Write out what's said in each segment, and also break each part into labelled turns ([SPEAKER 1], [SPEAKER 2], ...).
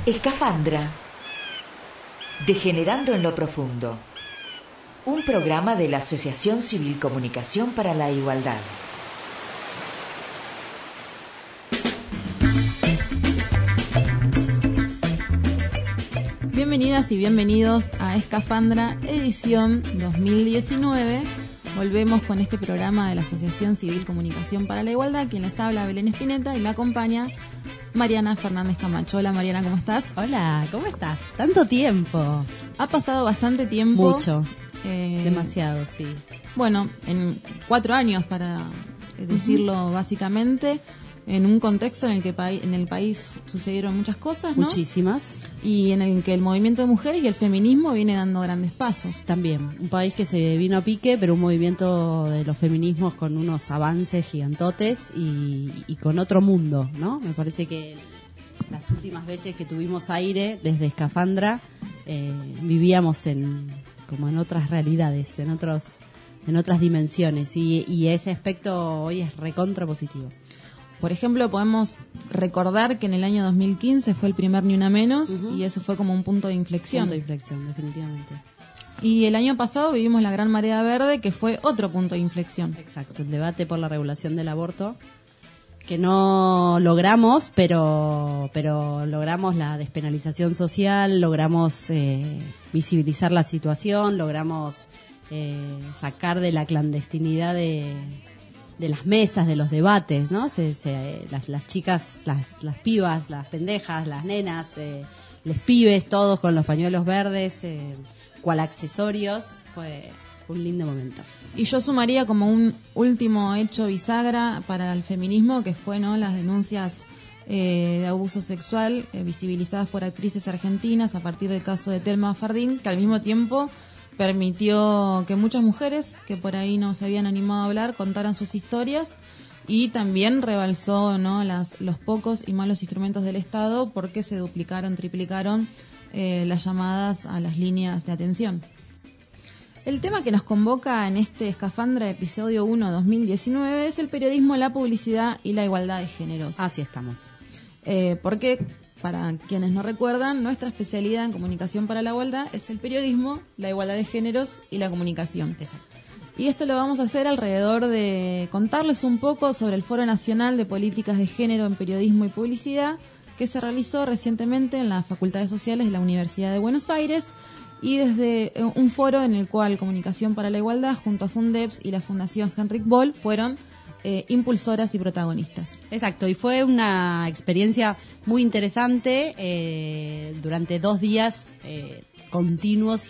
[SPEAKER 1] Escafandra. Degenerando en lo profundo. Un programa de la Asociación Civil Comunicación para la Igualdad.
[SPEAKER 2] Bienvenidas y bienvenidos a Escafandra, edición 2019. Volvemos con este programa de la Asociación Civil Comunicación para la Igualdad. Quien les habla, Belén Espineta, y me acompaña Mariana Fernández Camacho. Hola Mariana, ¿cómo estás?
[SPEAKER 3] Hola, ¿cómo estás? Tanto tiempo.
[SPEAKER 2] Ha pasado bastante tiempo.
[SPEAKER 3] Mucho. Demasiado, sí.
[SPEAKER 2] Bueno, en 4 años, para decirlo básicamente, en un contexto en el que en el país sucedieron muchas cosas, ¿no?
[SPEAKER 3] Muchísimas.
[SPEAKER 2] Y en el que el movimiento de mujeres y el feminismo viene dando grandes pasos.
[SPEAKER 3] También, un país que se vino a pique, pero un movimiento de los feminismos con unos avances gigantotes y con otro mundo, ¿no? Me parece que las últimas veces que tuvimos aire desde Escafandra vivíamos como en otras realidades, en otras dimensiones, y ese aspecto hoy es recontra positivo.
[SPEAKER 2] Por ejemplo, podemos recordar que en el año 2015 fue el primer Ni Una Menos, y eso fue como un punto de inflexión.
[SPEAKER 3] Punto de inflexión, definitivamente.
[SPEAKER 2] Y el año pasado vivimos la Gran Marea Verde, que fue otro punto de inflexión.
[SPEAKER 3] Exacto, el debate por la regulación del aborto, que no logramos, pero logramos la despenalización social, logramos visibilizar la situación, logramos sacar de la clandestinidad de las mesas, de los debates, ¿no? Las chicas, las pibas, las pendejas, las nenas, les pibes, todos con los pañuelos verdes, cual accesorios, fue un lindo momento.
[SPEAKER 2] Y yo sumaría como un último hecho bisagra para el feminismo, que fue, ¿no?, las denuncias de abuso sexual visibilizadas por actrices argentinas a partir del caso de Thelma Fardín, que al mismo tiempo permitió que muchas mujeres que por ahí no se habían animado a hablar contaran sus historias, y también rebalsó, ¿no?, los pocos y malos instrumentos del Estado, porque se duplicaron, triplicaron las llamadas a las líneas de atención. El tema que nos convoca en este Escafandra episodio 1 2019 es el periodismo, la publicidad y la igualdad de géneros.
[SPEAKER 3] Así estamos.
[SPEAKER 2] Porque, para quienes no recuerdan, nuestra especialidad en comunicación para la igualdad es el periodismo, la igualdad de géneros y la comunicación.
[SPEAKER 3] Exacto.
[SPEAKER 2] Y esto lo vamos a hacer alrededor de contarles un poco sobre el Foro Nacional de Políticas de Género en Periodismo y Publicidad, que se realizó recientemente en las Facultades Sociales de la Universidad de Buenos Aires, y desde un foro en el cual Comunicación para la Igualdad, junto a Fundeps y la Fundación Henrik Böll, fueron impulsoras y protagonistas.
[SPEAKER 3] Exacto, y fue una experiencia muy interesante durante 2 días continuos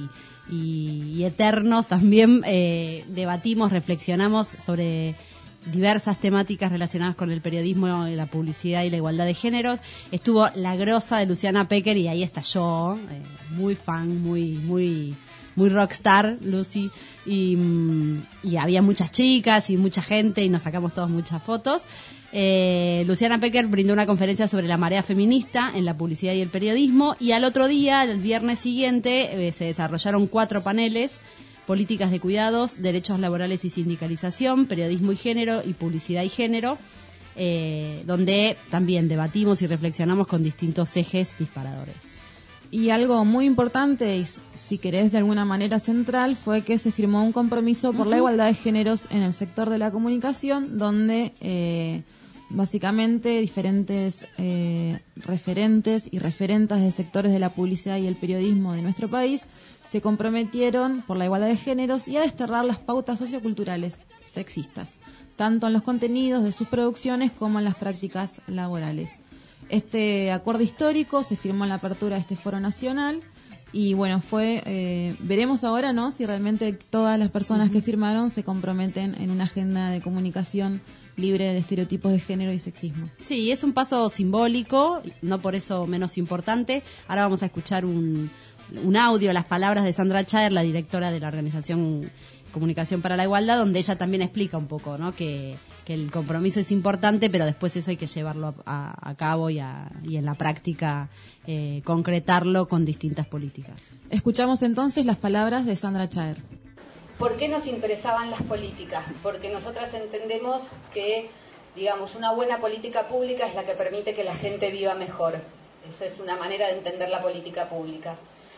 [SPEAKER 3] y eternos. También debatimos, reflexionamos sobre diversas temáticas relacionadas con el periodismo, la publicidad y la igualdad de géneros. Estuvo la grosa de Luciana Pecker, y ahí está yo, muy fan, muy rockstar, Lucy, y había muchas chicas y mucha gente, y nos sacamos todos muchas fotos. Luciana Pecker brindó una conferencia sobre la marea feminista en la publicidad y el periodismo, y al otro día, el viernes siguiente, se desarrollaron 4 paneles: políticas de cuidados, derechos laborales y sindicalización, periodismo y género, y publicidad y género, donde también debatimos y reflexionamos con distintos ejes disparadores.
[SPEAKER 2] Y algo muy importante, y si querés de alguna manera central, fue que se firmó un compromiso por la igualdad de géneros en el sector de la comunicación, donde básicamente diferentes referentes y referentas de sectores de la publicidad y el periodismo de nuestro país se comprometieron por la igualdad de géneros y a desterrar las pautas socioculturales sexistas, tanto en los contenidos de sus producciones como en las prácticas laborales. Este acuerdo histórico se firmó en la apertura de este foro nacional, y bueno, veremos ahora, ¿no?, si realmente todas las personas que firmaron se comprometen en una agenda de comunicación libre de estereotipos de género y sexismo.
[SPEAKER 3] Sí, es un paso simbólico, no por eso menos importante. Ahora vamos a escuchar un audio, las palabras de Sandra Chaer, la directora de la organización Comunicación para la Igualdad, donde ella también explica un poco, ¿no?, que el compromiso es importante, pero después eso hay que llevarlo a cabo y en la práctica concretarlo con distintas políticas.
[SPEAKER 2] Escuchamos entonces las palabras de Sandra Chaer.
[SPEAKER 4] ¿Por qué nos interesaban las políticas? Porque nosotras entendemos que, digamos, una buena política pública es la que permite que la gente viva mejor. Esa es una manera de entender la política pública.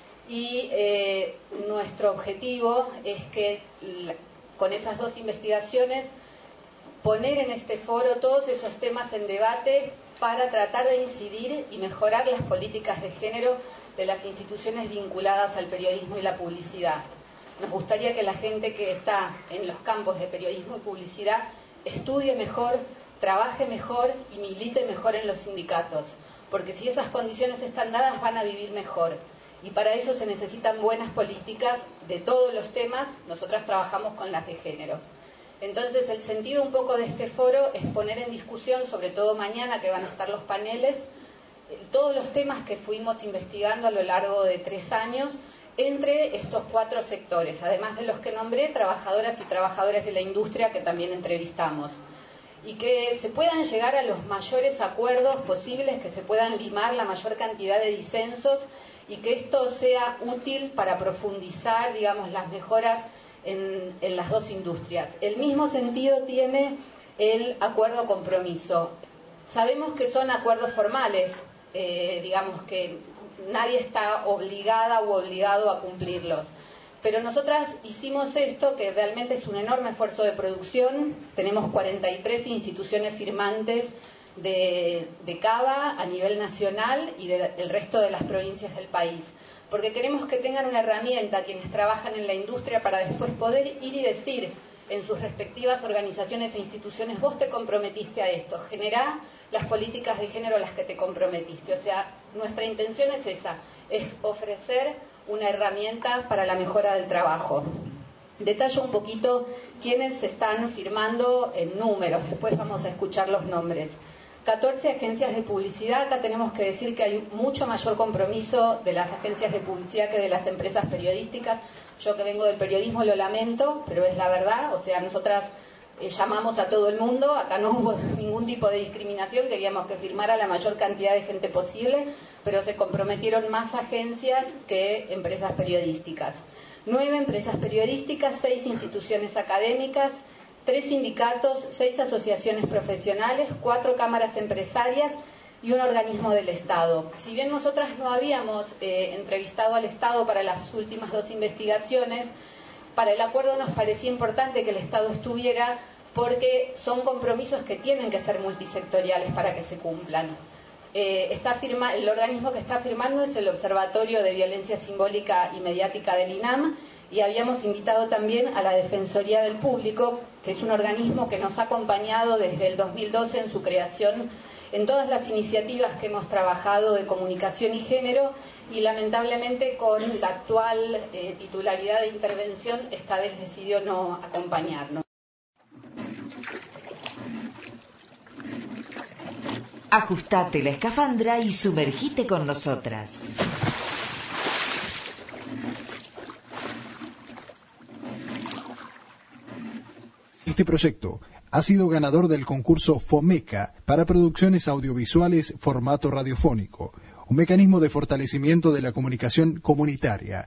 [SPEAKER 4] Y nuestro objetivo es que con esas dos investigaciones poner en este foro todos esos temas en debate para tratar de incidir y mejorar las políticas de género de las instituciones vinculadas al periodismo y la publicidad. Nos gustaría que la gente que está en los campos de periodismo y publicidad estudie mejor, trabaje mejor y milite mejor en los sindicatos, porque si esas condiciones están dadas van a vivir mejor. Y para eso se necesitan buenas políticas de todos los temas. Nosotras trabajamos con las de género. Entonces, el sentido un poco de este foro es poner en discusión, sobre todo mañana que van a estar los paneles, todos los temas que fuimos investigando a lo largo de 3 años entre estos 4 sectores, además de los que nombré, trabajadoras y trabajadores de la industria que también entrevistamos. Y que se puedan llegar a los mayores acuerdos posibles, que se puedan limar la mayor cantidad de disensos y que esto sea útil para profundizar, digamos, las mejoras en las dos industrias. El mismo sentido tiene el acuerdo compromiso. Sabemos que son acuerdos formales, digamos que nadie está obligada u obligado a cumplirlos. Pero nosotras hicimos esto, que realmente es un enorme esfuerzo de producción. Tenemos 43 instituciones firmantes de CABA a nivel nacional y del resto de las provincias del país. Porque queremos que tengan una herramienta quienes trabajan en la industria para después poder ir y decir en sus respectivas organizaciones e instituciones: vos te comprometiste a esto, generá las políticas de género a las que te comprometiste. O sea, nuestra intención es esa, es ofrecer una herramienta para la mejora del trabajo. Detallo un poquito quiénes están firmando en números, después vamos a escuchar los nombres. 14 agencias de publicidad. Acá tenemos que decir que hay mucho mayor compromiso de las agencias de publicidad que de las empresas periodísticas. Yo que vengo del periodismo lo lamento, pero es la verdad. O sea, nosotras llamamos a todo el mundo, acá no hubo ningún tipo de discriminación, queríamos que firmara la mayor cantidad de gente posible, pero se comprometieron más agencias que empresas periodísticas. 9 empresas periodísticas, 6 instituciones académicas, 3 sindicatos, 6 asociaciones profesionales, 4 cámaras empresarias y un organismo del Estado. Si bien nosotras no habíamos entrevistado al Estado para las últimas 2 investigaciones, para el acuerdo nos parecía importante que el Estado estuviera porque son compromisos que tienen que ser multisectoriales para que se cumplan. El organismo que está firmando es el Observatorio de Violencia Simbólica y Mediática del INAM, y habíamos invitado también a la Defensoría del Público, que es un organismo que nos ha acompañado desde el 2012 en su creación en todas las iniciativas que hemos trabajado de comunicación y género, y lamentablemente con la actual titularidad de intervención esta vez decidió no acompañarnos.
[SPEAKER 1] Ajustate la escafandra y sumergite con nosotras.
[SPEAKER 5] Este proyecto ha sido ganador del concurso FOMECA para producciones audiovisuales formato radiofónico, un mecanismo de fortalecimiento de la comunicación comunitaria.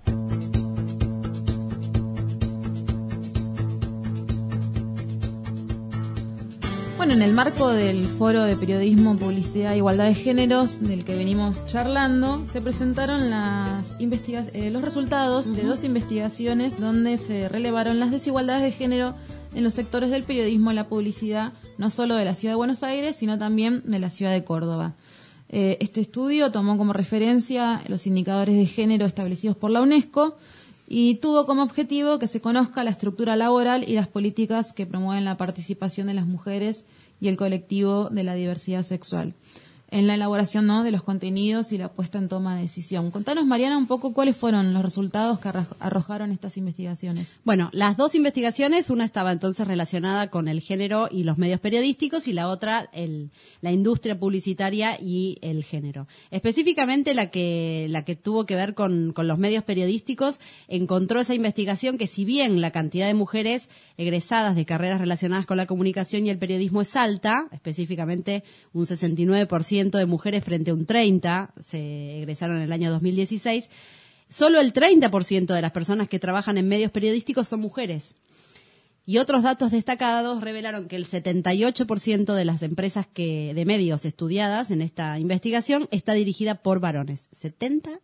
[SPEAKER 2] Bueno, en el marco del Foro de Periodismo, Publicidad e Igualdad de Géneros, del que venimos charlando, se presentaron los resultados de 2 investigaciones donde se relevaron las desigualdades de género en los sectores del periodismo y la publicidad, no solo de la ciudad de Buenos Aires, sino también de la ciudad de Córdoba. Este estudio tomó como referencia los indicadores de género establecidos por la UNESCO y tuvo como objetivo que se conozca la estructura laboral y las políticas que promueven la participación de las mujeres y el colectivo de la diversidad sexual en la elaboración, ¿no?, de los contenidos y la puesta en toma de decisión. Contanos, Mariana, un poco cuáles fueron los resultados que arrojaron estas investigaciones.
[SPEAKER 3] Bueno, las 2 investigaciones, una estaba entonces relacionada con el género y los medios periodísticos y la otra la industria publicitaria y el género. Específicamente la que tuvo que ver con los medios periodísticos encontró esa investigación que, si bien la cantidad de mujeres egresadas de carreras relacionadas con la comunicación y el periodismo es alta, específicamente un 69% de mujeres frente a un 30%, se egresaron en el año 2016, solo el 30% de las personas que trabajan en medios periodísticos son mujeres. Y otros datos destacados revelaron que el 78% de las empresas de medios estudiadas en esta investigación está dirigida por varones. 78%.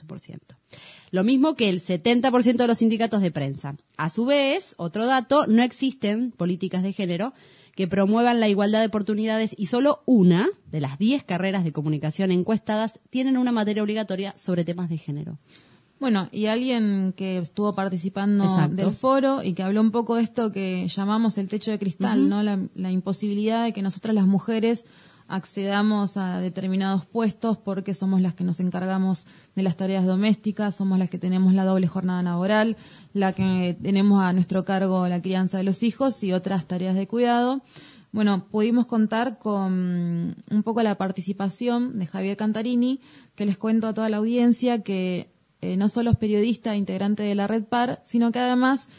[SPEAKER 3] Lo mismo que el 70% de los sindicatos de prensa. A su vez, otro dato, no existen políticas de género que promuevan la igualdad de oportunidades y solo una de las 10 carreras de comunicación encuestadas tienen una materia obligatoria sobre temas de género.
[SPEAKER 2] Bueno, y alguien que estuvo participando
[SPEAKER 3] Exacto.
[SPEAKER 2] del foro y que habló un poco de esto que llamamos el techo de cristal, ¿no? La imposibilidad de que nosotras las mujeres accedamos a determinados puestos porque somos las que nos encargamos de las tareas domésticas, somos las que tenemos la doble jornada laboral, la que tenemos a nuestro cargo la crianza de los hijos y otras tareas de cuidado. Bueno, pudimos contar con un poco la participación de Javier Cantarini, que les cuento a toda la audiencia que no solo es periodista e integrante de la Red PAR, sino que además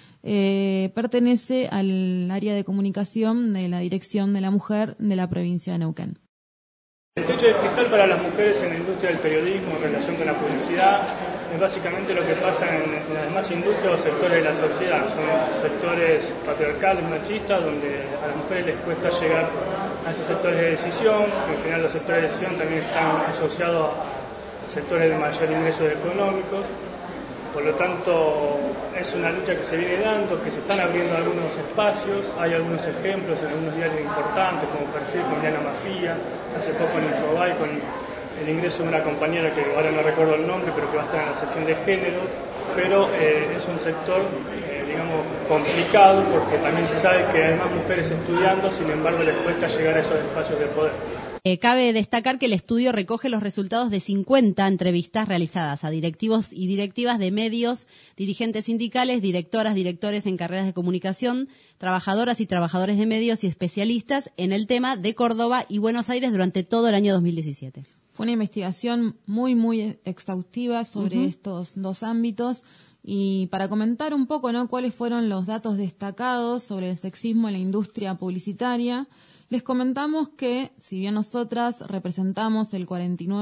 [SPEAKER 2] pertenece al área de comunicación de la Dirección de la Mujer de la provincia de Neuquén.
[SPEAKER 6] El techo de cristal para las mujeres en la industria del periodismo en relación con la publicidad es básicamente lo que pasa en las demás industrias o sectores de la sociedad. Son sectores patriarcales, machistas, donde a las mujeres les cuesta llegar a esos sectores de decisión, que en general los sectores de decisión también están asociados a sectores de mayor ingresos económicos. Por lo tanto, es una lucha que se viene dando, que se están abriendo algunos espacios. Hay algunos ejemplos en algunos diarios importantes, como Perfil con Diana Mafia, hace poco en Infobae con el ingreso de una compañera que ahora no recuerdo el nombre, pero que va a estar en la sección de género. Pero es un sector, digamos, complicado, porque también se sabe que hay más mujeres estudiando, sin embargo les cuesta llegar a esos espacios de poder.
[SPEAKER 3] Cabe destacar que el estudio recoge los resultados de 50 entrevistas realizadas a directivos y directivas de medios, dirigentes sindicales, directoras, directores en carreras de comunicación, trabajadoras y trabajadores de medios y especialistas en el tema de Córdoba y Buenos Aires durante todo el año 2017.
[SPEAKER 2] Fue una investigación muy exhaustiva sobre estos dos ámbitos. Y para comentar un poco, ¿no?, cuáles fueron los datos destacados sobre el sexismo en la industria publicitaria, les comentamos que, si bien nosotras representamos el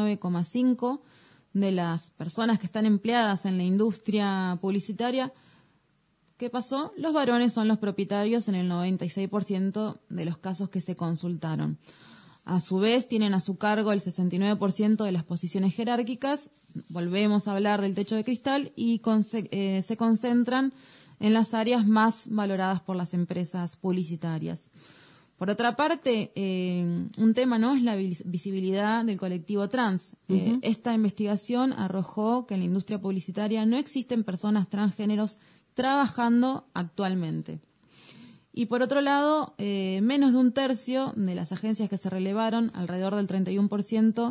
[SPEAKER 2] 49,5% de las personas que están empleadas en la industria publicitaria, ¿qué pasó? Los varones son los propietarios en el 96% de los casos que se consultaron. A su vez, tienen a su cargo el 69% de las posiciones jerárquicas. Volvemos a hablar del techo de cristal y se concentran en las áreas más valoradas por las empresas publicitarias. Por otra parte, un tema no es la visibilidad del colectivo trans. Esta investigación arrojó que en la industria publicitaria no existen personas transgéneros trabajando actualmente. Y por otro lado, menos de un tercio de las agencias que se relevaron, alrededor del 31%,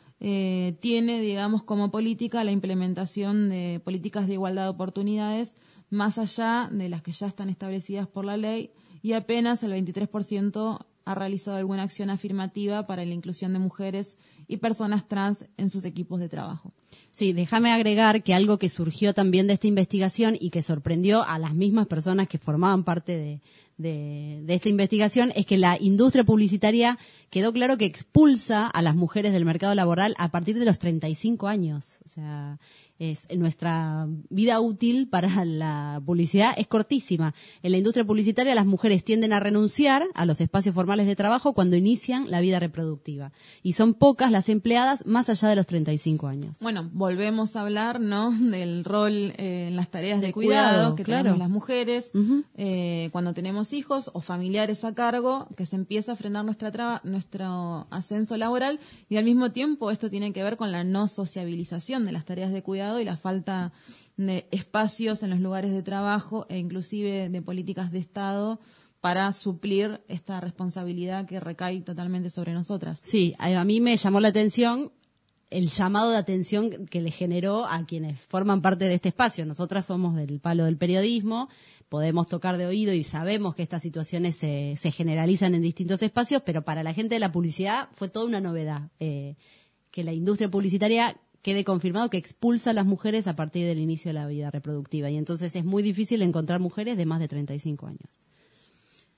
[SPEAKER 2] tiene, digamos, como política la implementación de políticas de igualdad de oportunidades más allá de las que ya están establecidas por la ley, y apenas el 23% ha realizado alguna acción afirmativa para la inclusión de mujeres y personas trans en sus equipos de trabajo.
[SPEAKER 3] Sí, déjame agregar que algo que surgió también de esta investigación y que sorprendió a las mismas personas que formaban parte de esta investigación es que la industria publicitaria quedó claro que expulsa a las mujeres del mercado laboral a partir de los 35 años. O sea, nuestra vida útil para la publicidad es cortísima. En la industria publicitaria las mujeres tienden a renunciar a los espacios formales de trabajo cuando inician la vida reproductiva. Y son pocas las empleadas más allá de los 35 años.
[SPEAKER 2] Bueno, volvemos a hablar, ¿no?, del rol en las tareas de cuidado que tenemos las mujeres cuando tenemos hijos o familiares a cargo, que se empieza a frenar nuestro ascenso laboral, y al mismo tiempo esto tiene que ver con la no sociabilización de las tareas de cuidado y la falta de espacios en los lugares de trabajo e inclusive de políticas de Estado para suplir esta responsabilidad que recae totalmente sobre nosotras.
[SPEAKER 3] Sí, a mí me llamó la atención el llamado de atención que le generó a quienes forman parte de este espacio. Nosotras somos del palo del periodismo, podemos tocar de oído y sabemos que estas situaciones se generalizan en distintos espacios, pero para la gente de la publicidad fue toda una novedad que la industria publicitaria quede confirmado que expulsa a las mujeres a partir del inicio de la vida reproductiva. Y entonces es muy difícil encontrar mujeres de más de 35 años.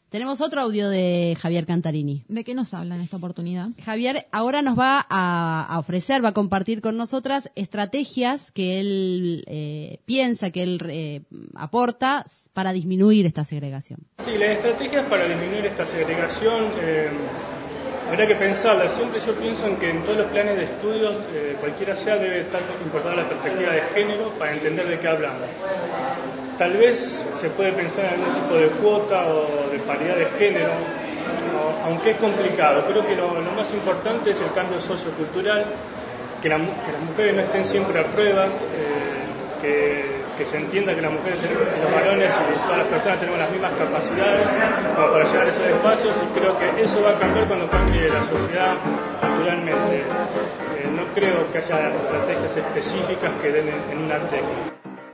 [SPEAKER 3] Tenemos otro audio de Javier Cantarini.
[SPEAKER 2] ¿De qué nos habla en esta oportunidad?
[SPEAKER 3] Javier ahora nos va a ofrecer, va a compartir con nosotras estrategias que él piensa, que él aporta para disminuir esta segregación.
[SPEAKER 6] Sí, las estrategias para disminuir esta segregación habría que pensarlas. Siempre yo pienso en que en todos los planes de estudios, cualquiera sea, debe estar incorporada la perspectiva de género para entender de qué hablamos. Tal vez se puede pensar en algún tipo de cuota o de paridad de género, aunque es complicado. Creo que lo más importante es el cambio sociocultural, que las mujeres no estén siempre a prueba, que se entienda que las mujeres, los varones y todas las personas tenemos las mismas capacidades como para llegar a esos espacios, y creo que eso va a cambiar cuando cambie la sociedad culturalmente. No creo que haya estrategias específicas que den en una técnica.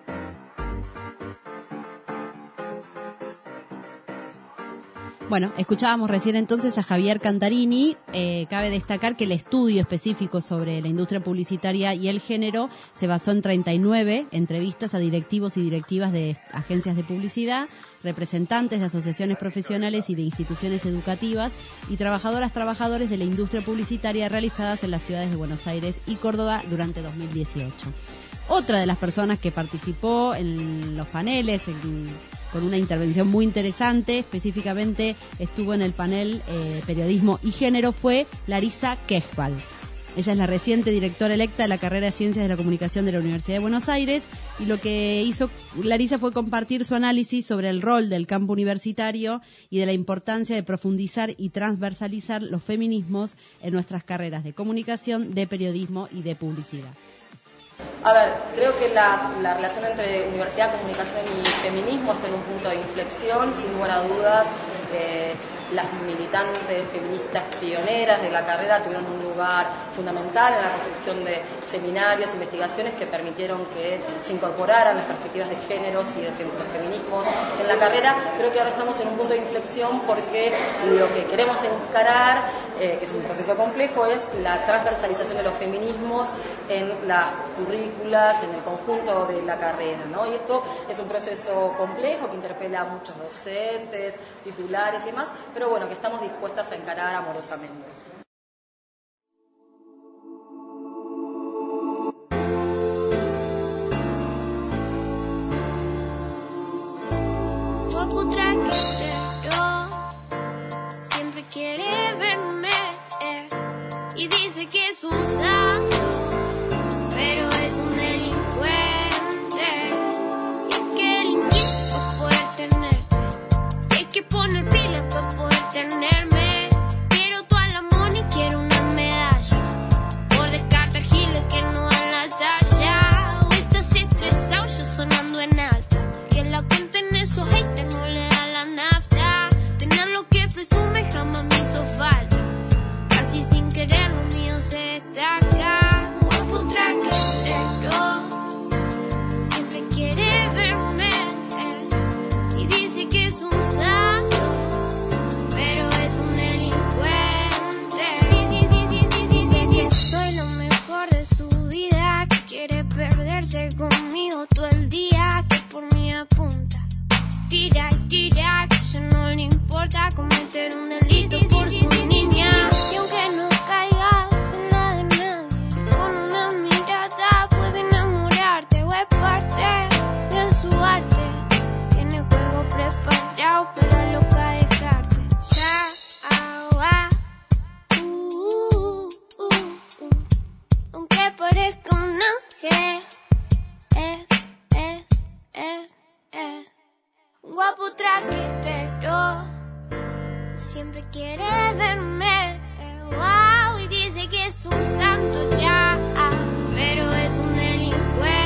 [SPEAKER 3] Bueno, escuchábamos recién entonces a Javier Cantarini. Cabe destacar que el estudio específico sobre la industria publicitaria y el género se basó en 39 entrevistas a directivos y directivas de agencias de publicidad, representantes de asociaciones profesionales y de instituciones educativas y trabajadores de la industria publicitaria realizadas en las ciudades de Buenos Aires y Córdoba durante 2018. Otra de las personas que participó en los paneles, con una intervención muy interesante, específicamente estuvo en el panel Periodismo y Género, fue Larisa Quejbal. Ella es la reciente directora electa de la carrera de Ciencias de la Comunicación de la Universidad de Buenos Aires, y lo que hizo Larisa fue compartir su análisis sobre el rol del campo universitario y de la importancia de profundizar y transversalizar los feminismos en nuestras carreras de comunicación, de periodismo y de publicidad.
[SPEAKER 7] A ver, creo que la relación entre universidad, comunicación y feminismo está en un punto de inflexión. Sin lugar a dudas, las militantes feministas pioneras de la carrera tuvieron un lugar fundamental en la construcción de seminarios, investigaciones que permitieron que se incorporaran las perspectivas de géneros y de los feminismos en la carrera. Creo que ahora estamos en un punto de inflexión porque lo que queremos encarar, que es un proceso complejo, es la transversalización de los feminismos en las currículas, en el conjunto de la carrera, ¿no? Y esto es un proceso complejo que interpela a muchos docentes, titulares y demás, pero bueno, que estamos dispuestas a encarar amorosamente.
[SPEAKER 8] Siempre quiere verme y dice que es un santo, pero es un delincuente. Y que delinquiste para poder tenerte, y hay que poner pilas para poder tenerme. Quiero toda la money, quiero una medalla por descartar giles que no dan la talla. Hoy estás estresado, yo sonando en alta, que la cuenta en esos haters no le da la nafta. Tener lo que presume jamás me hizo falta, casi sin querer lo mío se destaca. Guapo traquetero, siempre quiere verme y dice que es un santo, pero es un delincuente. Soy lo mejor de su vida, que quiere perderse conmigo todo el día, que por mí apunta. Tira y tira, que ya no le importa cometer un delito por su niña. Y aunque no caigas en la de nadie, con una mirada puede enamorarte o es parte de su arte. Tiene juego preparado para loca dejarte. Ya, aunque parezca un ángel, guapo traquetero, siempre quiere verme, wow, y dice que es un santo ya, pero es un delincuente.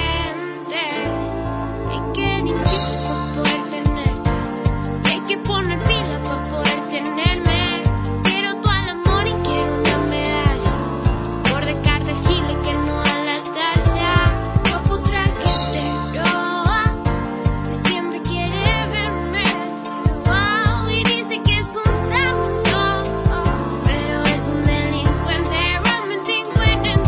[SPEAKER 8] Hay que delinquir para poder tenerte, hay que poner pila para poder tenerme. Quiero tu amor y quiero una medalla por descartar giles que no dan la talla. Guapo traquetero, siempre quiere verme, wow, y dice que es un santo, pero es un delincuente. Romantic with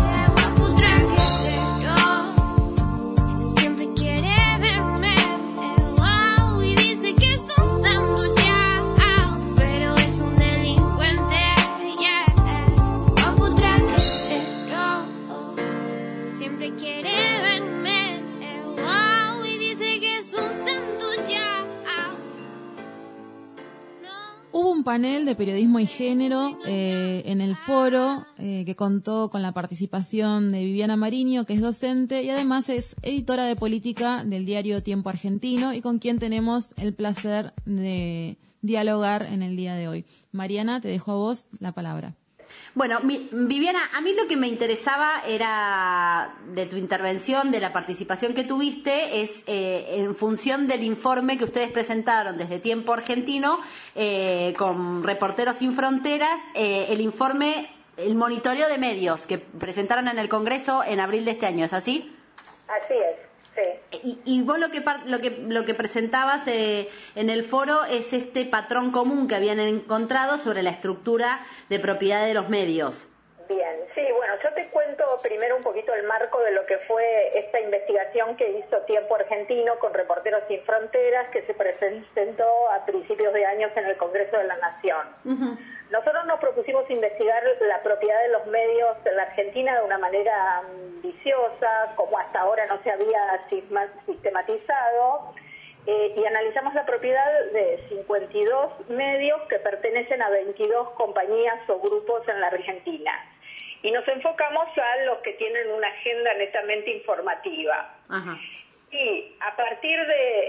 [SPEAKER 2] panel de periodismo y género en el foro que contó con la participación de Viviana Mariño, que es docente y además es editora de política del diario Tiempo Argentino y con quien tenemos el placer de dialogar en el día de hoy. Mariana, te dejo a vos la palabra.
[SPEAKER 3] Bueno, Viviana, a mí lo que me interesaba era de tu intervención, de la participación que tuviste, es en función del informe que ustedes presentaron desde Tiempo Argentino con Reporteros Sin Fronteras, el informe, el monitoreo de medios que presentaron en el Congreso en abril de este año, ¿es así?
[SPEAKER 9] Así es. Sí.
[SPEAKER 3] Y vos lo que presentabas en el foro es este patrón común que habían encontrado sobre la estructura de propiedad de los medios.
[SPEAKER 9] Bien, sí, bueno, yo te cuento primero un poquito el marco de lo que fue esta investigación que hizo Tiempo Argentino con Reporteros Sin Fronteras, que se presentó a principios de años en el Congreso de la Nación. Uh-huh. Nosotros nos propusimos investigar la propiedad de los medios en la Argentina de una manera ambiciosa, como hasta ahora no se había sistematizado, y analizamos la propiedad de 52 medios que pertenecen a 22 compañías o grupos en la Argentina. Y nos enfocamos a los que tienen una agenda netamente informativa. Ajá. Y a partir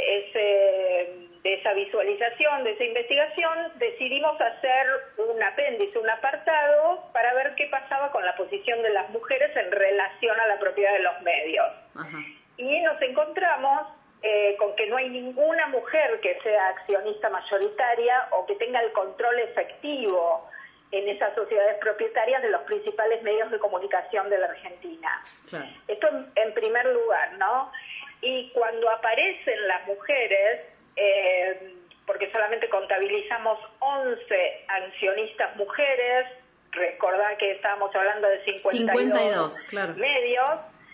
[SPEAKER 9] de esa visualización, de esa investigación, decidimos hacer un apéndice, un apartado, para ver qué pasaba con la posición de las mujeres en relación a la propiedad de los medios. Ajá. Y nos encontramos con que no hay ninguna mujer que sea accionista mayoritaria o que tenga el control efectivo en esas sociedades propietarias de los principales medios de comunicación de la Argentina. Claro. Esto en primer lugar, ¿no? Y cuando aparecen las mujeres, porque solamente contabilizamos 11 accionistas mujeres, recordá que estábamos hablando de 52 claro. medios,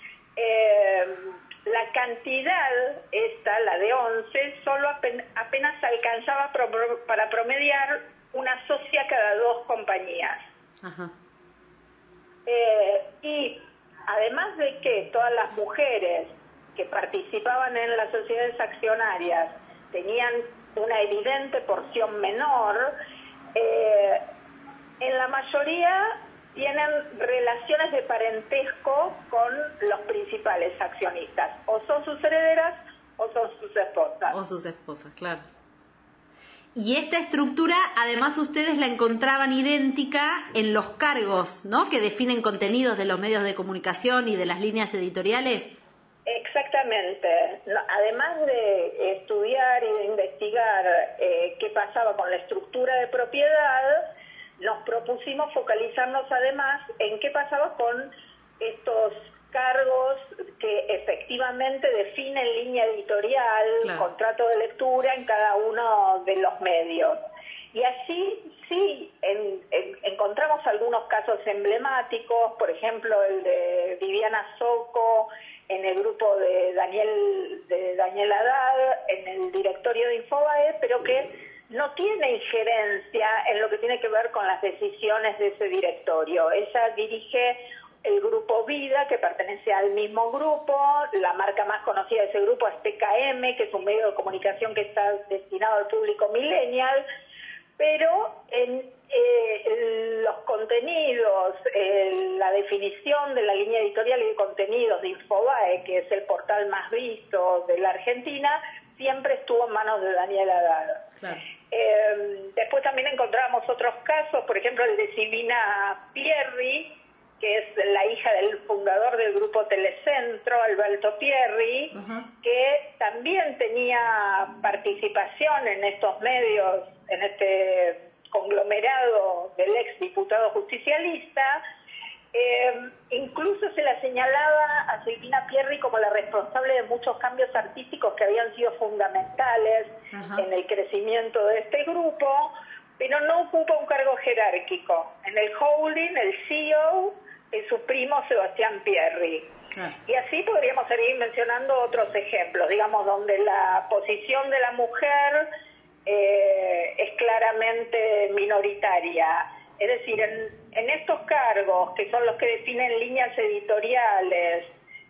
[SPEAKER 9] la cantidad esta, la de 11, solo apenas alcanzaba para promediar una socia cada 2 compañías. Ajá. Y además de que todas las mujeres que participaban en las sociedades accionarias tenían una evidente porción menor, en la mayoría tienen relaciones de parentesco con los principales accionistas. O son sus herederas o son sus esposas.
[SPEAKER 3] O sus esposas, claro. Y esta estructura, además, ustedes la encontraban idéntica en los cargos, ¿no?, que definen contenidos de los medios de comunicación y de las líneas editoriales.
[SPEAKER 9] Exactamente. Además de estudiar y de investigar qué pasaba con la estructura de propiedad, nos propusimos focalizarnos además en qué pasaba con estos cargos que efectivamente definen línea editorial, claro, contrato de lectura en cada uno de los medios. Y así sí encontramos algunos casos emblemáticos, por ejemplo el de Viviana Soco en el grupo de Daniel Haddad, en el directorio de Infobae, pero que no tiene injerencia en lo que tiene que ver con las decisiones de ese directorio. Ella dirige el grupo Vida, que pertenece al mismo grupo. La marca más conocida de ese grupo es TKM, que es un medio de comunicación que está destinado al público millennial, pero en los contenidos, la definición de la línea editorial y de contenidos de Infobae, que es el portal más visto de la Argentina, siempre estuvo en manos de Daniel Haddad. Claro. Después también encontramos otros casos, por ejemplo el de Silvina Pierri, que es la hija del fundador del grupo Telecentro, Alberto Pierri, que también tenía participación en estos medios, en este conglomerado del ex diputado justicialista. Incluso se la señalaba a Silvina Pierri como la responsable de muchos cambios artísticos que habían sido fundamentales en el crecimiento de este grupo, pero no ocupa un cargo jerárquico. En el holding, el CEO es su primo Sebastián Pierri. Y así podríamos seguir mencionando otros ejemplos, digamos, donde la posición de la mujer es claramente minoritaria. Es decir, en estos cargos, que son los que definen líneas editoriales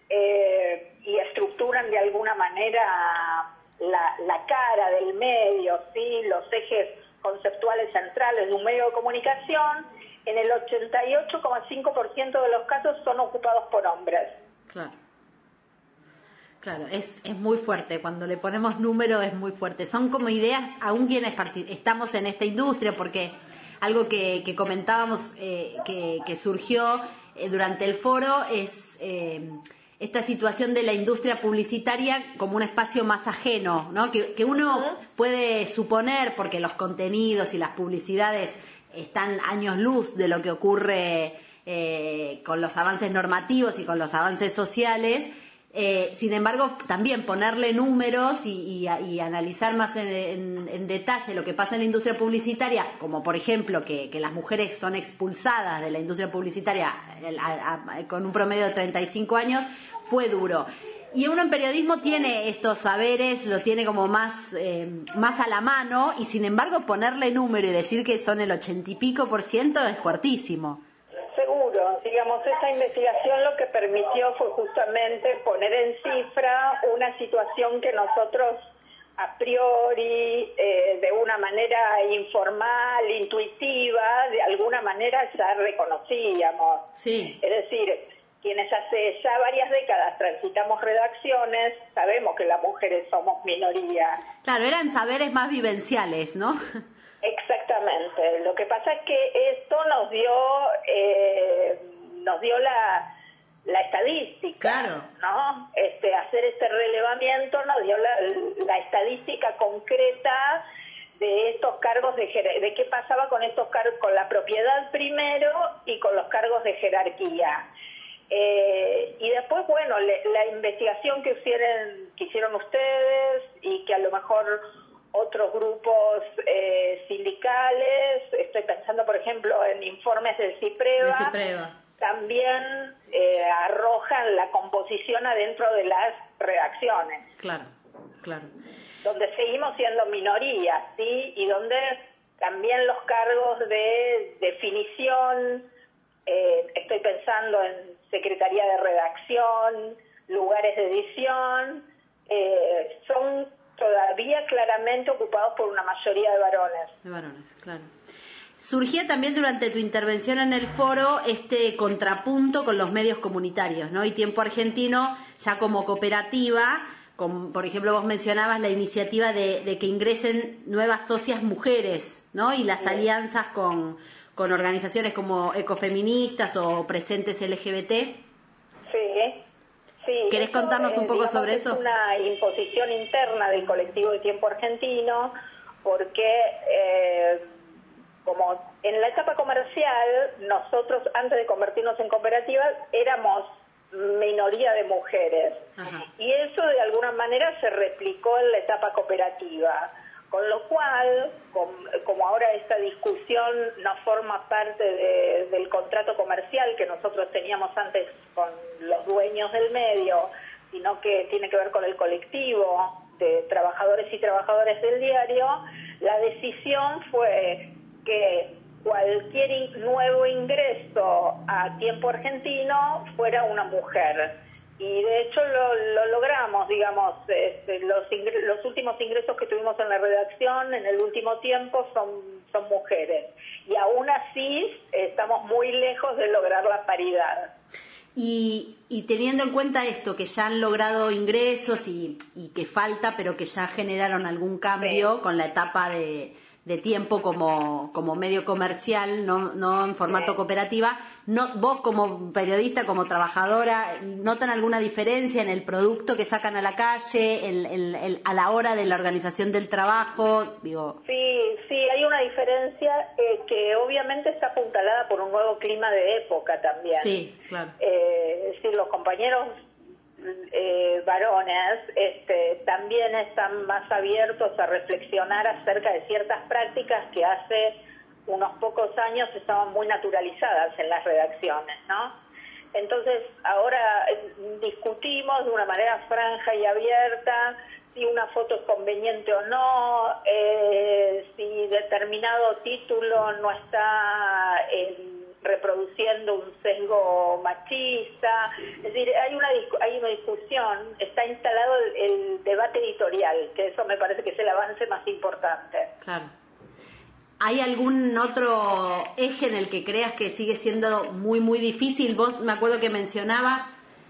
[SPEAKER 9] y estructuran de alguna manera la cara del medio, ¿sí?, los ejes conceptuales centrales de un medio de comunicación, en el 88,5% de los casos son ocupados por hombres.
[SPEAKER 3] Claro. Claro, es muy fuerte, cuando le ponemos número es muy fuerte. Son como ideas, aún quienes estamos en esta industria, porque algo que comentábamos que surgió durante el foro es esta situación de la industria publicitaria como un espacio más ajeno, ¿no? Que uno puede suponer, porque los contenidos y las publicidades están años luz de lo que ocurre con los avances normativos y con los avances sociales. Sin embargo, también ponerle números y analizar más en detalle lo que pasa en la industria publicitaria, como por ejemplo que las mujeres son expulsadas de la industria publicitaria con un promedio de 35 años, fue duro. Y uno en periodismo tiene estos saberes, lo tiene como más a la mano, y sin embargo ponerle número y decir que son el 80 y pico % es fuertísimo.
[SPEAKER 9] Seguro, digamos, esta investigación lo que permitió fue justamente poner en cifra una situación que nosotros a priori, de una manera informal, intuitiva, de alguna manera ya reconocíamos.
[SPEAKER 3] Sí.
[SPEAKER 9] Es decir, quienes hace ya varias décadas transitamos redacciones, sabemos que las mujeres somos minoría.
[SPEAKER 3] Claro, eran saberes más vivenciales, ¿no?
[SPEAKER 9] Exactamente. Lo que pasa es que esto nos dio la estadística,
[SPEAKER 3] claro,
[SPEAKER 9] ¿no? Hacer este relevamiento nos dio la estadística concreta de estos cargos de qué pasaba con estos cargos, con la propiedad primero y con los cargos de jerarquía. Y después, bueno, la investigación que hicieron ustedes y que a lo mejor otros grupos sindicales, estoy pensando por ejemplo en informes del CIPREVA, también arrojan la composición adentro de las redacciones.
[SPEAKER 3] Claro, claro.
[SPEAKER 9] Donde seguimos siendo minoría, ¿sí? Y donde también los cargos de definición, estoy pensando en secretaría de redacción, lugares de edición, son todavía claramente ocupados por una mayoría de varones.
[SPEAKER 3] De varones, claro. Surgía también durante tu intervención en el foro este contrapunto con los medios comunitarios, ¿no? Y Tiempo Argentino, ya como cooperativa, por ejemplo, vos mencionabas la iniciativa de que ingresen nuevas socias mujeres, ¿no? Y las alianzas con organizaciones como ecofeministas o presentes LGBT.
[SPEAKER 9] Sí. Sí,
[SPEAKER 3] ¿Querés contarnos un poco sobre eso?
[SPEAKER 9] Es una imposición interna del colectivo de Tiempo Argentino, porque como en la etapa comercial, nosotros antes de convertirnos en cooperativas éramos minoría de mujeres.
[SPEAKER 3] Ajá.
[SPEAKER 9] Y eso de alguna manera se replicó en la etapa cooperativa. Con lo cual, como ahora esta discusión no forma parte del contrato comercial que nosotros teníamos antes con los dueños del medio, sino que tiene que ver con el colectivo de trabajadores y trabajadoras del diario, la decisión fue que cualquier nuevo ingreso a Tiempo Argentino fuera una mujer. Y de hecho lo logramos, digamos, los últimos ingresos que tuvimos en la redacción en el último tiempo son mujeres. Y aún así estamos muy lejos de lograr la paridad.
[SPEAKER 3] Y teniendo en cuenta esto, que ya han logrado ingresos y que falta, pero que ya generaron algún cambio, sí, con la etapa de Tiempo como medio comercial, no en formato cooperativa, vos como periodista, como trabajadora, ¿notan alguna diferencia en el producto que sacan a la calle, a la hora de la organización del trabajo? Digo...
[SPEAKER 9] Sí, hay una diferencia que obviamente está apuntalada por un nuevo clima de época también.
[SPEAKER 3] Sí, claro.
[SPEAKER 9] Es decir, los compañeros varones también están más abiertos a reflexionar acerca de ciertas prácticas que hace unos pocos años estaban muy naturalizadas en las redacciones, ¿no? Entonces ahora discutimos de una manera franja y abierta si una foto es conveniente o no, si determinado título no está reproduciendo un sesgo machista. Es decir, hay una discusión, está instalado el debate editorial, que eso me parece que es el avance más importante.
[SPEAKER 3] Claro. ¿Hay algún otro eje en el que creas que sigue siendo muy, muy difícil? Vos me acuerdo que mencionabas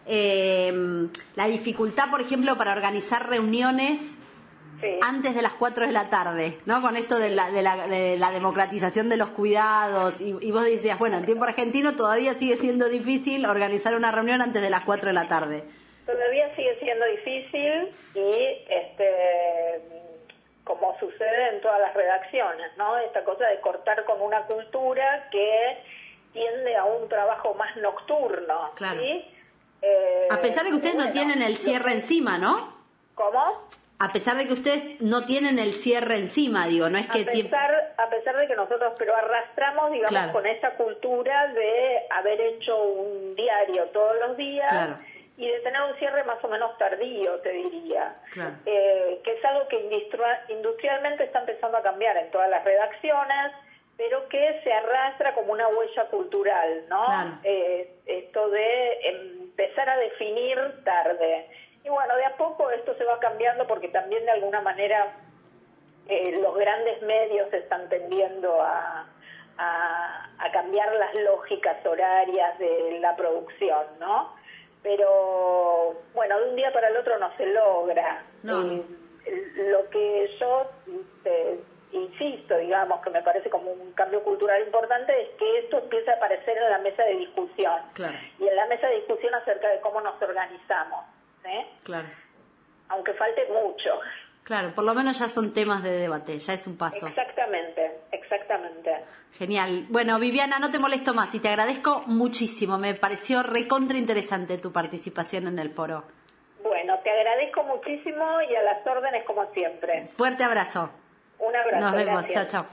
[SPEAKER 3] la dificultad, por ejemplo, para organizar reuniones antes de las 4 de la tarde, ¿no? Con esto de la democratización de los cuidados, y vos decías, bueno, en tiempo argentino todavía sigue siendo difícil organizar una reunión antes de las 4 de la tarde.
[SPEAKER 9] Todavía sigue siendo difícil y como sucede en todas las redacciones, ¿no? Esta cosa de cortar con una cultura que tiende a un trabajo más nocturno.
[SPEAKER 3] Claro.
[SPEAKER 9] ¿Sí?
[SPEAKER 3] A pesar de que ustedes no tienen el cierre encima, ¿no?
[SPEAKER 9] ¿Cómo?
[SPEAKER 3] A pesar de que ustedes no tienen el cierre encima, digo, no es que...
[SPEAKER 9] A pesar de que nosotros, pero arrastramos, digamos,
[SPEAKER 3] claro,
[SPEAKER 9] con esa cultura de haber hecho un diario todos los días,
[SPEAKER 3] claro,
[SPEAKER 9] y de tener un cierre más o menos tardío, te diría,
[SPEAKER 3] claro,
[SPEAKER 9] que es algo que industrialmente está empezando a cambiar en todas las redacciones, pero que se arrastra como una huella cultural, ¿no?
[SPEAKER 3] Claro.
[SPEAKER 9] Esto de empezar a definir tarde. Y bueno, de a poco esto se va cambiando porque también de alguna manera los grandes medios están tendiendo a cambiar las lógicas horarias de la producción, ¿no? Pero bueno, de un día para el otro no se logra.
[SPEAKER 3] No.
[SPEAKER 9] Lo que yo insisto, digamos, que me parece como un cambio cultural importante, es que esto empieza a aparecer en la mesa de discusión.
[SPEAKER 3] claro,
[SPEAKER 9] Y en la mesa de discusión acerca de cómo nos organizamos.
[SPEAKER 3] claro,
[SPEAKER 9] Aunque falte mucho.
[SPEAKER 3] claro, por lo menos ya son temas de debate, ya es un paso.
[SPEAKER 9] Exactamente.
[SPEAKER 3] Genial. Bueno, Viviana, no te molesto más y te agradezco muchísimo. Me pareció recontra interesante tu participación en el foro.
[SPEAKER 9] Bueno, te agradezco muchísimo y a las órdenes como siempre.
[SPEAKER 3] Fuerte abrazo.
[SPEAKER 9] Un abrazo.
[SPEAKER 3] Nos vemos.
[SPEAKER 9] Gracias.
[SPEAKER 3] Chao, chao.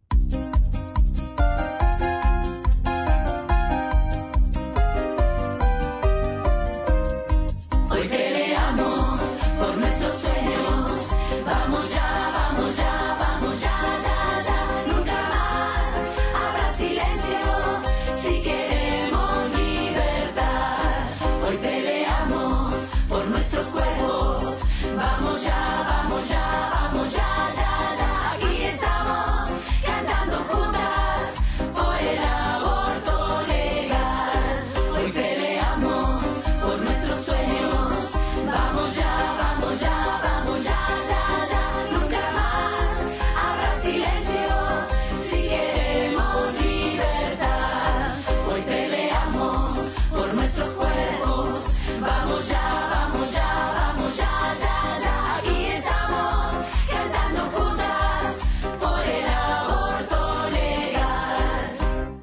[SPEAKER 10] Hoy peleamos por nuestros sueños. Vamos ya, vamos ya, vamos ya, ya, ya. Nunca más habrá silencio si queremos libertad. Hoy peleamos por nuestros cuerpos. Vamos ya, vamos ya, vamos ya, ya, ya. Aquí estamos cantando juntas por el aborto legal. Hoy peleamos por nuestros sueños. Vamos ya, vamos ya, vamos ya, ya, ya. Nunca más habrá silencio si queremos libertad. Hoy peleamos por nuestros cuerpos. Vamos ya, vamos ya, vamos ya, ya, ya. Aquí estamos cantando juntas por el aborto legal.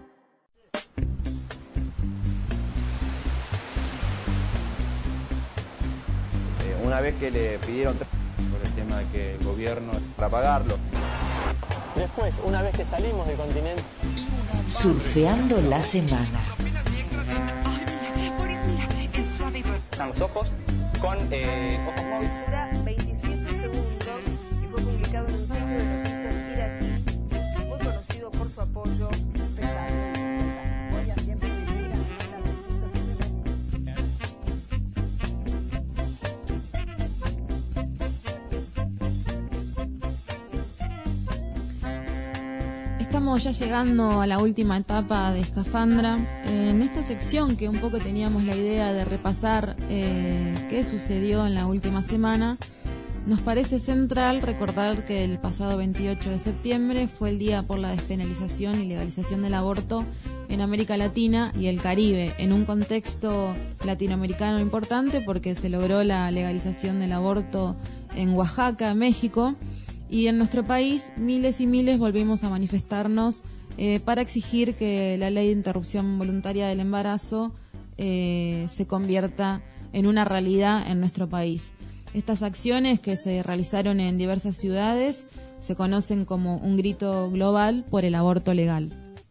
[SPEAKER 11] Una vez que le pidieron por el tema de que el gobierno para pagarlo.
[SPEAKER 12] Después, una vez que salimos del continente,
[SPEAKER 1] Surfeando la semana.
[SPEAKER 12] están los ojos con ojos móviles.
[SPEAKER 13] Dura 27 segundos y fue publicado en un sitio de noticias iraquí muy conocido por su apoyo respetable. Hoy también publica
[SPEAKER 2] Estamos ya llegando a la última etapa de Escafandra. En esta sección que un poco teníamos la idea de repasar qué sucedió en la última semana, nos parece central recordar que el pasado 28 de septiembre fue el día por la despenalización y legalización del aborto en América Latina y el Caribe, en un contexto latinoamericano importante porque se logró la legalización del aborto en Oaxaca, México. Y en nuestro país, miles y miles volvimos a manifestarnos para exigir que la ley de interrupción voluntaria del embarazo se convierta en una realidad en nuestro país. Estas acciones que se realizaron en diversas ciudades se conocen como un grito global por el aborto legal.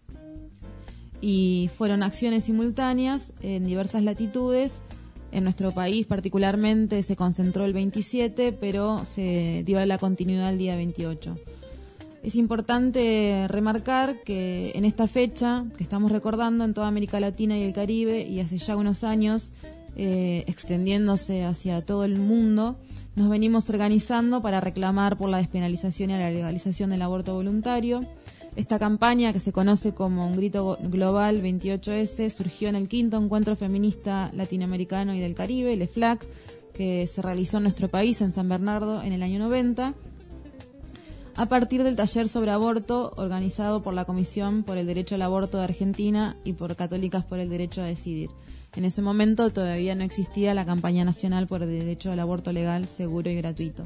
[SPEAKER 2] Y fueron acciones simultáneas en diversas latitudes. En nuestro país particularmente se concentró el 27, pero se dio la continuidad el día 28. Es importante remarcar que en esta fecha que estamos recordando en toda América Latina y el Caribe, y hace ya unos años extendiéndose hacia todo el mundo, nos venimos organizando para reclamar por la despenalización y la legalización del aborto voluntario. Esta campaña, que se conoce como Un Grito Global 28S, surgió en el 5º Encuentro Feminista Latinoamericano y del Caribe, el EFLAC, que se realizó en nuestro país, en San Bernardo, en el año 90, a partir del taller sobre aborto organizado por la Comisión por el Derecho al Aborto de Argentina y por Católicas por el Derecho a Decidir. En ese momento todavía no existía la campaña nacional por el derecho al aborto legal, seguro y gratuito.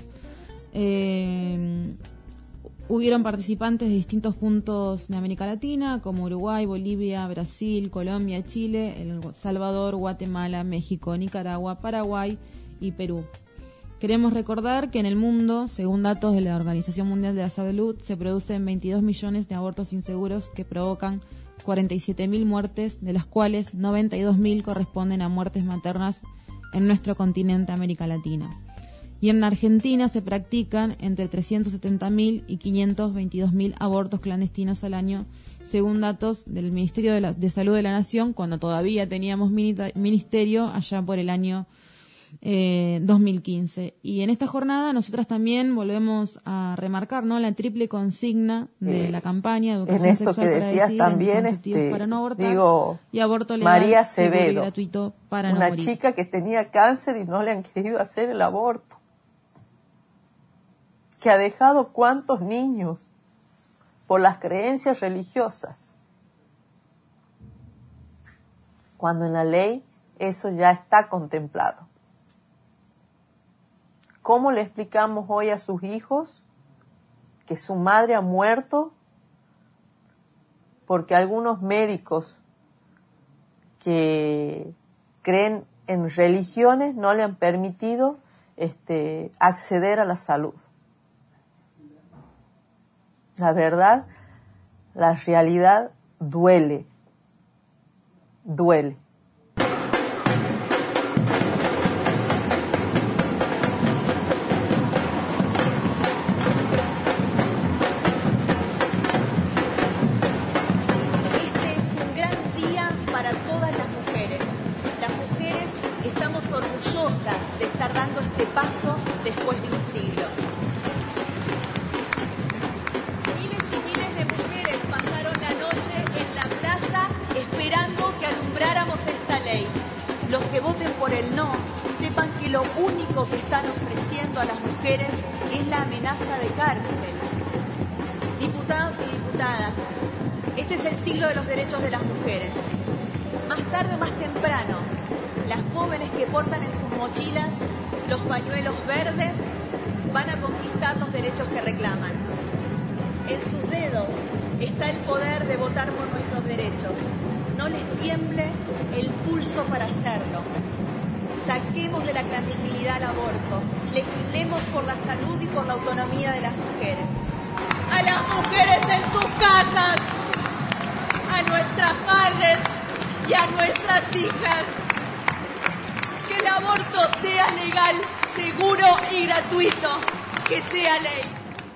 [SPEAKER 2] Hubieron participantes de distintos puntos de América Latina, como Uruguay, Bolivia, Brasil, Colombia, Chile, El Salvador, Guatemala, México, Nicaragua, Paraguay y Perú. Queremos recordar que en el mundo, según datos de la Organización Mundial de la Salud, se producen 22 millones de abortos inseguros que provocan 47.000 muertes, de las cuales 92.000 corresponden a muertes maternas en nuestro continente América Latina. Y en Argentina se practican entre 370.000 y 522.000 abortos clandestinos al año, según datos del Ministerio de Salud de la Nación, cuando todavía teníamos ministerio, allá por el año 2015. Y en esta jornada nosotras también volvemos a remarcar, ¿no?, la triple consigna de la campaña Educación
[SPEAKER 14] en esto
[SPEAKER 2] Sexual
[SPEAKER 14] que
[SPEAKER 2] para
[SPEAKER 14] decías
[SPEAKER 2] decidir,
[SPEAKER 14] también,
[SPEAKER 2] para no abortar,
[SPEAKER 14] digo,
[SPEAKER 2] y aborto legal,
[SPEAKER 14] María
[SPEAKER 2] seguro y
[SPEAKER 14] Acevedo,
[SPEAKER 2] gratuito para no
[SPEAKER 14] una
[SPEAKER 2] morir.
[SPEAKER 14] chica que tenía cáncer y no le han querido hacer el aborto, que ha dejado cuántos niños por las creencias religiosas, cuando en la ley eso ya está contemplado. ¿Cómo le explicamos hoy a sus hijos que su madre ha muerto porque algunos médicos que creen en religiones no le han permitido acceder a la salud? La verdad, la realidad duele. Duele.
[SPEAKER 15] De estar dando este paso después de un siglo. Miles y miles de mujeres pasaron la noche en la plaza esperando que alumbráramos esta ley. Los que voten por el no, sepan que lo único que están ofreciendo a las mujeres es la amenaza de cárcel. Diputados y diputadas, este es el siglo de los derechos de las mujeres. Más tarde o más temprano, las jóvenes que portan en sus mochilas los pañuelos verdes van a conquistar los derechos que reclaman. En sus dedos está el poder de votar por nuestros derechos. No les tiemble el pulso para hacerlo. Saquemos de la clandestinidad el aborto. Legislemos por la salud y por la autonomía de las mujeres. A las mujeres en sus casas, a nuestras madres y a nuestras hijas. Que el aborto sea legal, seguro y gratuito. Que sea ley.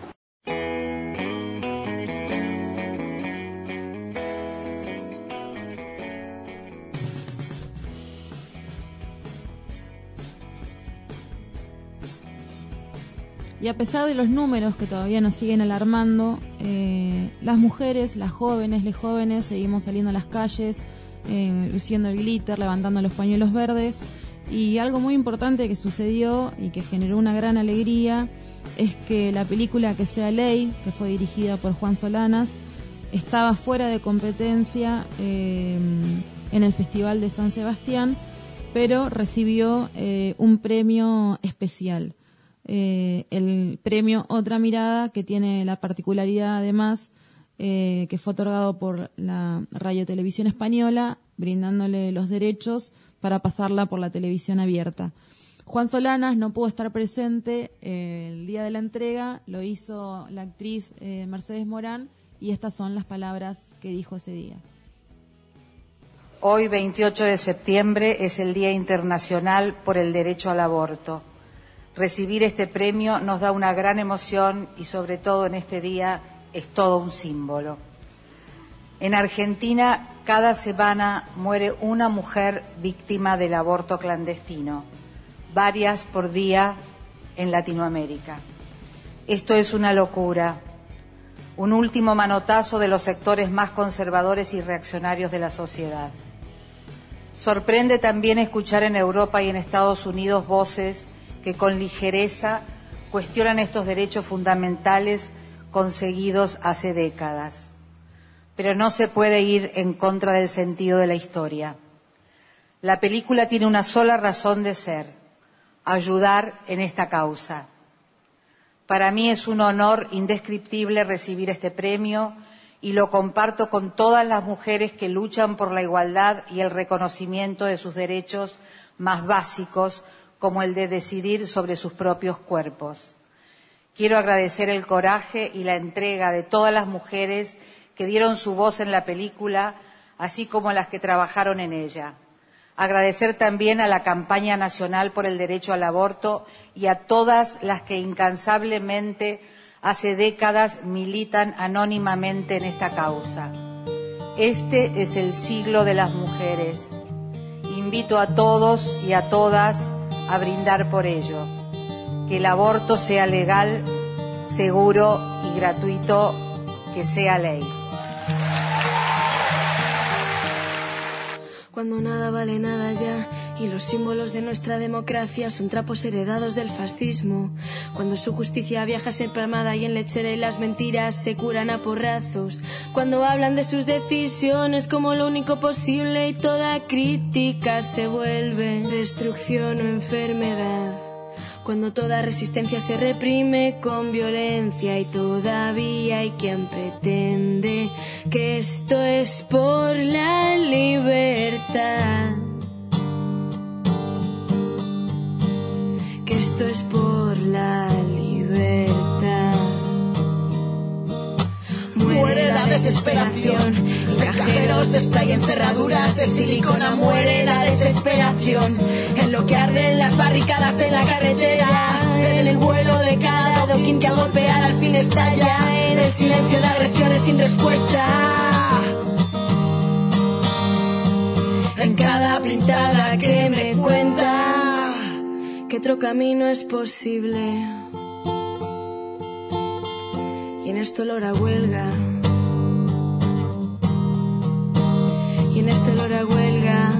[SPEAKER 2] Y a pesar de los números que todavía nos siguen alarmando, las mujeres, las jóvenes, les jóvenes, seguimos saliendo a las calles, luciendo el glitter, levantando los pañuelos verdes. Y algo muy importante que sucedió y que generó una gran alegría es que la película Que sea ley, que fue dirigida por Juan Solanas, estaba fuera de competencia en el Festival de San Sebastián, pero recibió un premio especial. El premio Otra Mirada, que tiene la particularidad además que fue otorgado por la Radio Televisión Española, brindándole los derechos para pasarla por la televisión abierta. Juan Solanas no pudo estar presente el día de la entrega, lo hizo la actriz Mercedes Morán, y estas son las palabras que dijo ese día.
[SPEAKER 16] Hoy, 28 de septiembre, es el Día Internacional por el Derecho al Aborto. Recibir este premio nos da una gran emoción y, sobre todo en este día, es todo un símbolo. En Argentina, cada semana muere una mujer víctima del aborto clandestino, varias por día en Latinoamérica. Esto es una locura un último manotazo de los sectores más conservadores y reaccionarios de la sociedad. Sorprende también escuchar en Europa y en Estados Unidos voces que con ligereza cuestionan estos derechos fundamentales conseguidos hace décadas. Pero no se puede ir en contra del sentido de la historia. La película tiene una sola razón de ser: ayudar en esta causa. Para mí es un honor indescriptible recibir este premio y lo comparto con todas las mujeres que luchan por la igualdad y el reconocimiento de sus derechos más básicos, como el de decidir sobre sus propios cuerpos. Quiero agradecer el coraje y la entrega de todas las mujeres que dieron su voz en la película, así como las que trabajaron en ella. Agradecer también a la Campaña Nacional por el Derecho al Aborto y a todas las que incansablemente hace décadas militan anónimamente en esta causa. Este es el siglo de las mujeres. Invito a todos y a todas a brindar por ello. Que el aborto sea legal, seguro y gratuito, que sea ley.
[SPEAKER 17] Cuando nada vale nada ya y los símbolos de nuestra democracia son trapos heredados del fascismo. Cuando su justicia viaja empalmada y en lechera y las mentiras se curan a porrazos. Cuando hablan de sus decisiones como lo único posible y toda crítica se vuelve destrucción o enfermedad. Cuando toda resistencia se reprime con violencia y todavía hay quien pretende que esto es por la libertad. Que esto es por la libertad.
[SPEAKER 18] Muere la desesperación, cajeros de spray en cerraduras de silicona. Muere la desesperación, en lo que arden las barricadas en la carretera, en el vuelo de cada adoquín que al golpear al fin estalla, en el silencio de agresiones sin respuesta, en cada pintada que me cuenta
[SPEAKER 17] que otro camino es posible. Y en esto el hora huelga. Y en esto el hora huelga.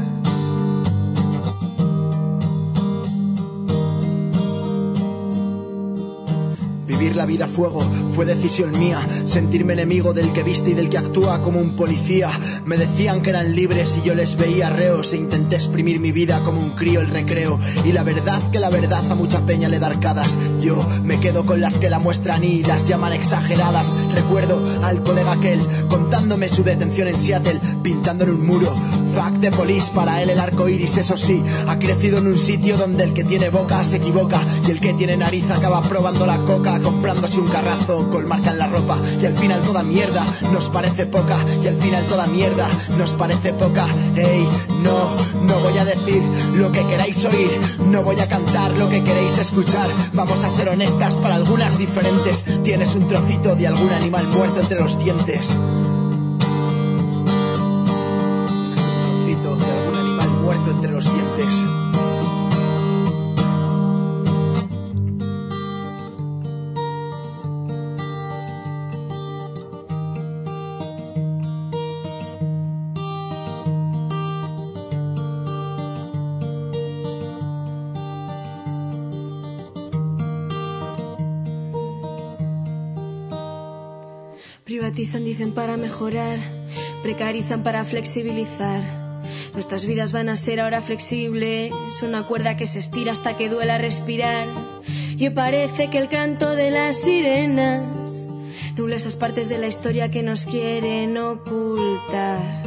[SPEAKER 18] Vivir la vida a fuego fue decisión mía. Sentirme enemigo del que viste y del que actúa como un policía. Me decían que eran libres y yo les veía reos, e intenté exprimir mi vida como un crío el recreo. Y la verdad que la verdad a mucha peña le da arcadas. Yo me quedo con las que la muestran y las llaman exageradas. Recuerdo al colega aquel contándome su detención en Seattle, pintando en un muro fuck the police. Para él el arco iris, eso sí, ha crecido en un sitio donde el que tiene boca se equivoca y el que tiene nariz acaba probando la coca, comprándose un carrazo con marca en la ropa. Y al final toda mierda nos parece poca, y al final toda mierda nos parece poca. Ey, no voy a decir lo que queráis oír, no voy a cantar lo que queréis escuchar. Vamos a ser honestas, para algunas diferentes. Tienes un trocito de algún animal muerto entre los dientes. Tienes un trocito de algún animal muerto entre los dientes.
[SPEAKER 17] Privatizan, dicen, para mejorar, precarizan para flexibilizar. Nuestras vidas van a ser ahora flexibles, una cuerda que se estira hasta que duela respirar. Y parece que el canto de las sirenas nubla esas partes de la historia que nos quieren ocultar.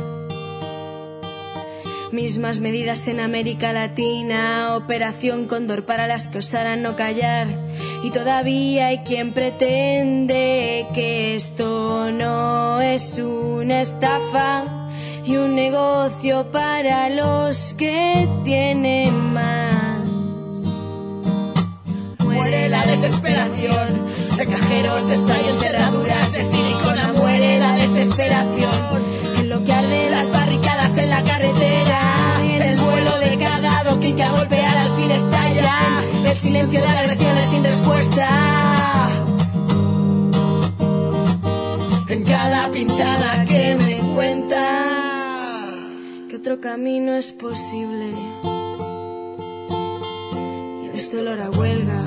[SPEAKER 17] Mismas medidas en América Latina, Operación Cóndor para las que osaran no callar. Y todavía hay quien pretende que esto no es una estafa y un negocio para los que tienen más.
[SPEAKER 18] Muere la desesperación, de cajeros de spray en cerraduras de silicona. Muere la desesperación, en lo que arde las barricadas en la carretera, en el vuelo de cada adoquín que al golpear al fin estalla, el silencio de agresiones sin respuesta,
[SPEAKER 17] otro camino es posible. Y en este olor a huelga,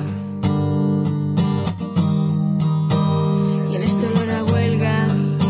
[SPEAKER 17] y en este olor a huelga,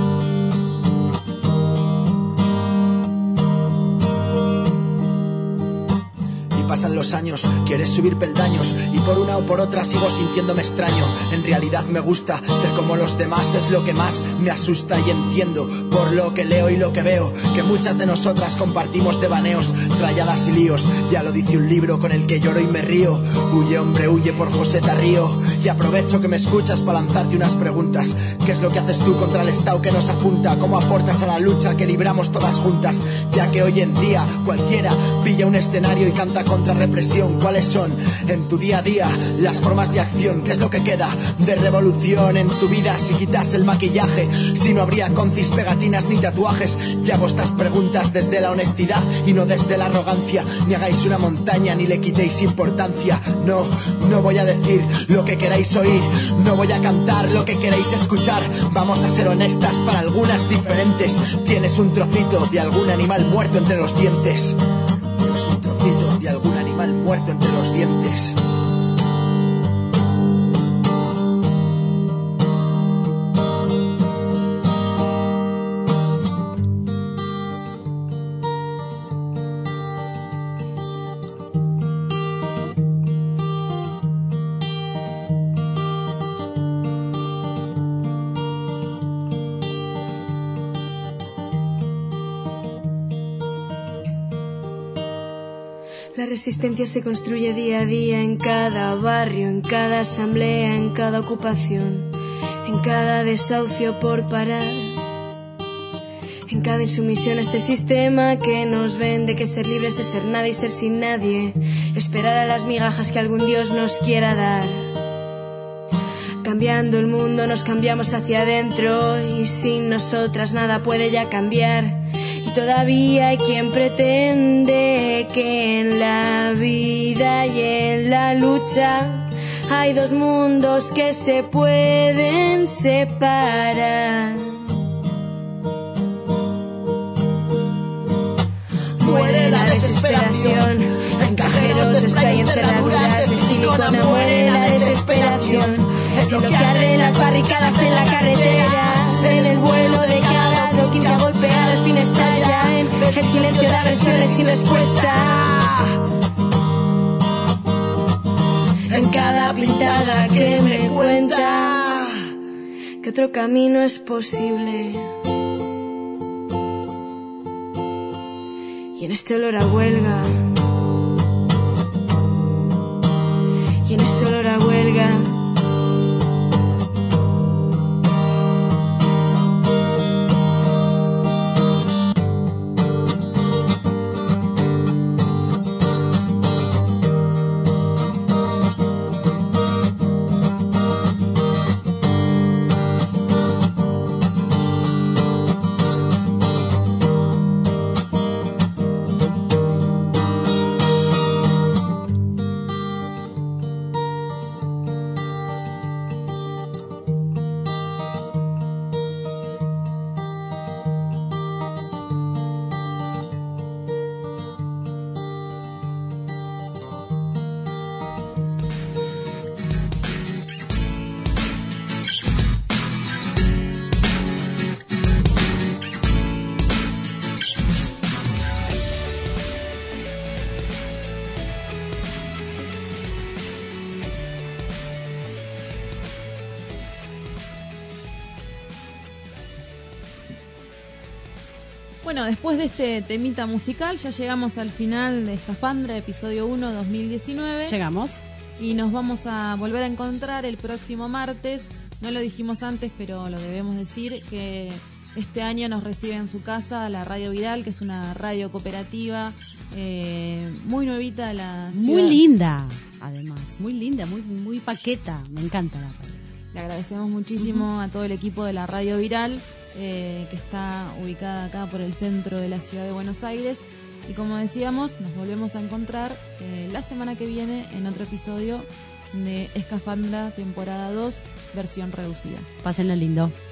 [SPEAKER 18] pasan los años, quieres subir peldaños y por una o por otra sigo sintiéndome extraño. En realidad me gusta ser como los demás, es lo que más me asusta y entiendo por lo que leo y lo que veo que muchas de nosotras compartimos devaneos, rayadas y líos. Ya lo dice un libro con el que lloro y me río. Huye hombre, huye por José Tarrío. Y aprovecho que me escuchas para lanzarte unas preguntas. ¿Qué es lo que haces tú contra el Estado que nos apunta? ¿Cómo aportas a la lucha que libramos todas juntas? Ya que hoy en día cualquiera pilla un escenario y canta contra represión. ¿Cuáles son en tu día a día las formas de acción? ¿Qué es lo que queda de revolución en tu vida si quitas el maquillaje? Si no habría concis, pegatinas ni tatuajes. Y hago estas preguntas desde la honestidad y no desde la arrogancia. Ni hagáis una montaña ni le quitéis importancia. No, no voy a decir lo que queráis oír, no voy a cantar lo que queréis escuchar. Vamos a ser honestas, para algunas diferentes. Tienes un trocito de algún animal muerto entre los dientes. Tienes un trocito de algún animal muerto entre los dientes.
[SPEAKER 17] La resistencia se construye día a día en cada barrio, en cada asamblea, en cada ocupación, en cada desahucio por parar, en cada insumisión a este sistema que nos vende que ser libres es ser nada y ser sin nadie, esperar a las migajas que algún Dios nos quiera dar. Cambiando el mundo nos cambiamos hacia adentro y sin nosotras nada puede ya cambiar. Todavía hay quien pretende que en la vida y en la lucha hay dos mundos que se pueden separar. Muere la desesperación en cajeros de spray, en cerraduras de silicona. Muere la desesperación en lo que arde las barricadas en la carretera, en el vuelo de cada adoquín que a golpear al fin estalla, en el silencio de agresiones sin respuesta, en cada pintada que me cuenta que otro camino es posible. Y en este olor a huelga, y en este olor a huelga,
[SPEAKER 2] Bueno, después de este temita musical ya llegamos al final de Escafandra, episodio 1, 2019.
[SPEAKER 3] Llegamos.
[SPEAKER 2] Y nos vamos a volver a encontrar el próximo martes. No lo dijimos antes, pero lo debemos decir, que este año nos recibe en su casa la Radio Vidal, que es una radio cooperativa muy nuevita de la ciudad.
[SPEAKER 3] Muy linda, además. Muy linda, muy paqueta. Me encanta la radio.
[SPEAKER 2] Le agradecemos muchísimo a todo el equipo de la Radio Viral, que está ubicada acá por el centro de la ciudad de Buenos Aires. Y como decíamos, nos volvemos a encontrar la semana que viene en otro episodio de Escafandra, temporada 2, versión reducida.
[SPEAKER 3] Pásenla lindo.